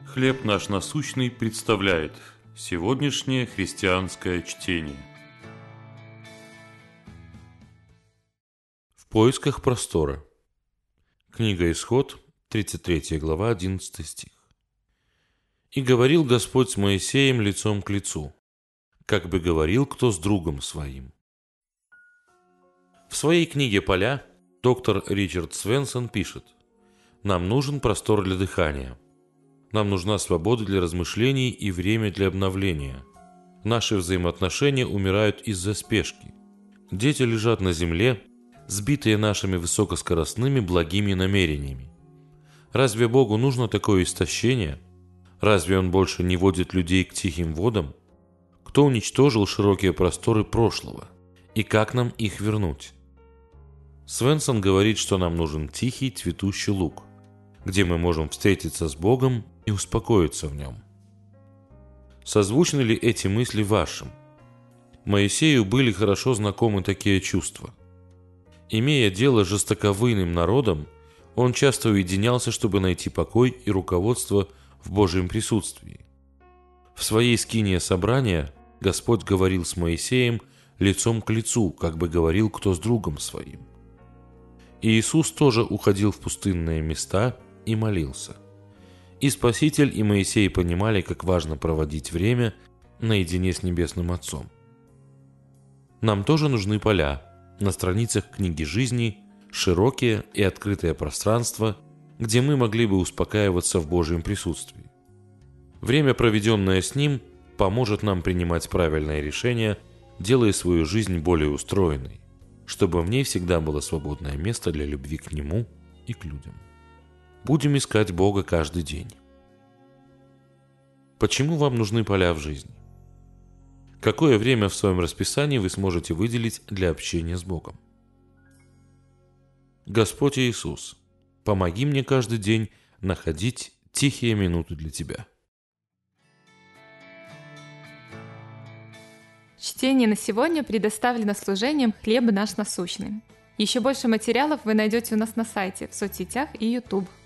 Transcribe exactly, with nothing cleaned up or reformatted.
«Хлеб наш насущный» представляет сегодняшнее христианское чтение. В поисках простора. Книга Исход, тридцать третья глава, одиннадцатый стих. «И говорил Господь с Моисеем лицом к лицу, как бы говорил кто с другом своим». В своей книге «Поля» доктор Ричард Свенсон пишет: «Нам нужен простор для дыхания. Нам нужна свобода для размышлений и время для обновления. Наши взаимоотношения умирают из-за спешки. Дети лежат на земле, сбитые нашими высокоскоростными благими намерениями. Разве Богу нужно такое истощение? Разве Он больше не водит людей к тихим водам? Кто уничтожил широкие просторы прошлого? И как нам их вернуть?» Свенсон говорит, что нам нужен тихий цветущий луг, где мы можем встретиться с Богом и успокоиться в нем. Созвучны ли эти мысли вашим? Моисею были хорошо знакомы такие чувства. Имея дело с жестоковыйным народом, он часто уединялся, чтобы найти покой и руководство в Божьем присутствии. В своей скинии собрания Господь говорил с Моисеем лицом к лицу, как бы говорил кто с другом своим. И Иисус тоже уходил в пустынные места и молился. И Спаситель, и Моисей понимали, как важно проводить время наедине с Небесным Отцом. Нам тоже нужны поля на страницах книги жизни, широкие и открытые пространства, где мы могли бы успокаиваться в Божьем присутствии. Время, проведенное с Ним, поможет нам принимать правильные решения, делая свою жизнь более устроенной, чтобы в ней всегда было свободное место для любви к Нему и к людям. Будем искать Бога каждый день. Почему вам нужны поля в жизни? Какое время в своем расписании вы сможете выделить для общения с Богом? Господь Иисус, помоги мне каждый день находить тихие минуты для Тебя. Чтение на сегодня предоставлено служением «Хлеб наш насущный». Еще больше материалов вы найдете у нас на сайте, в соцсетях и YouTube.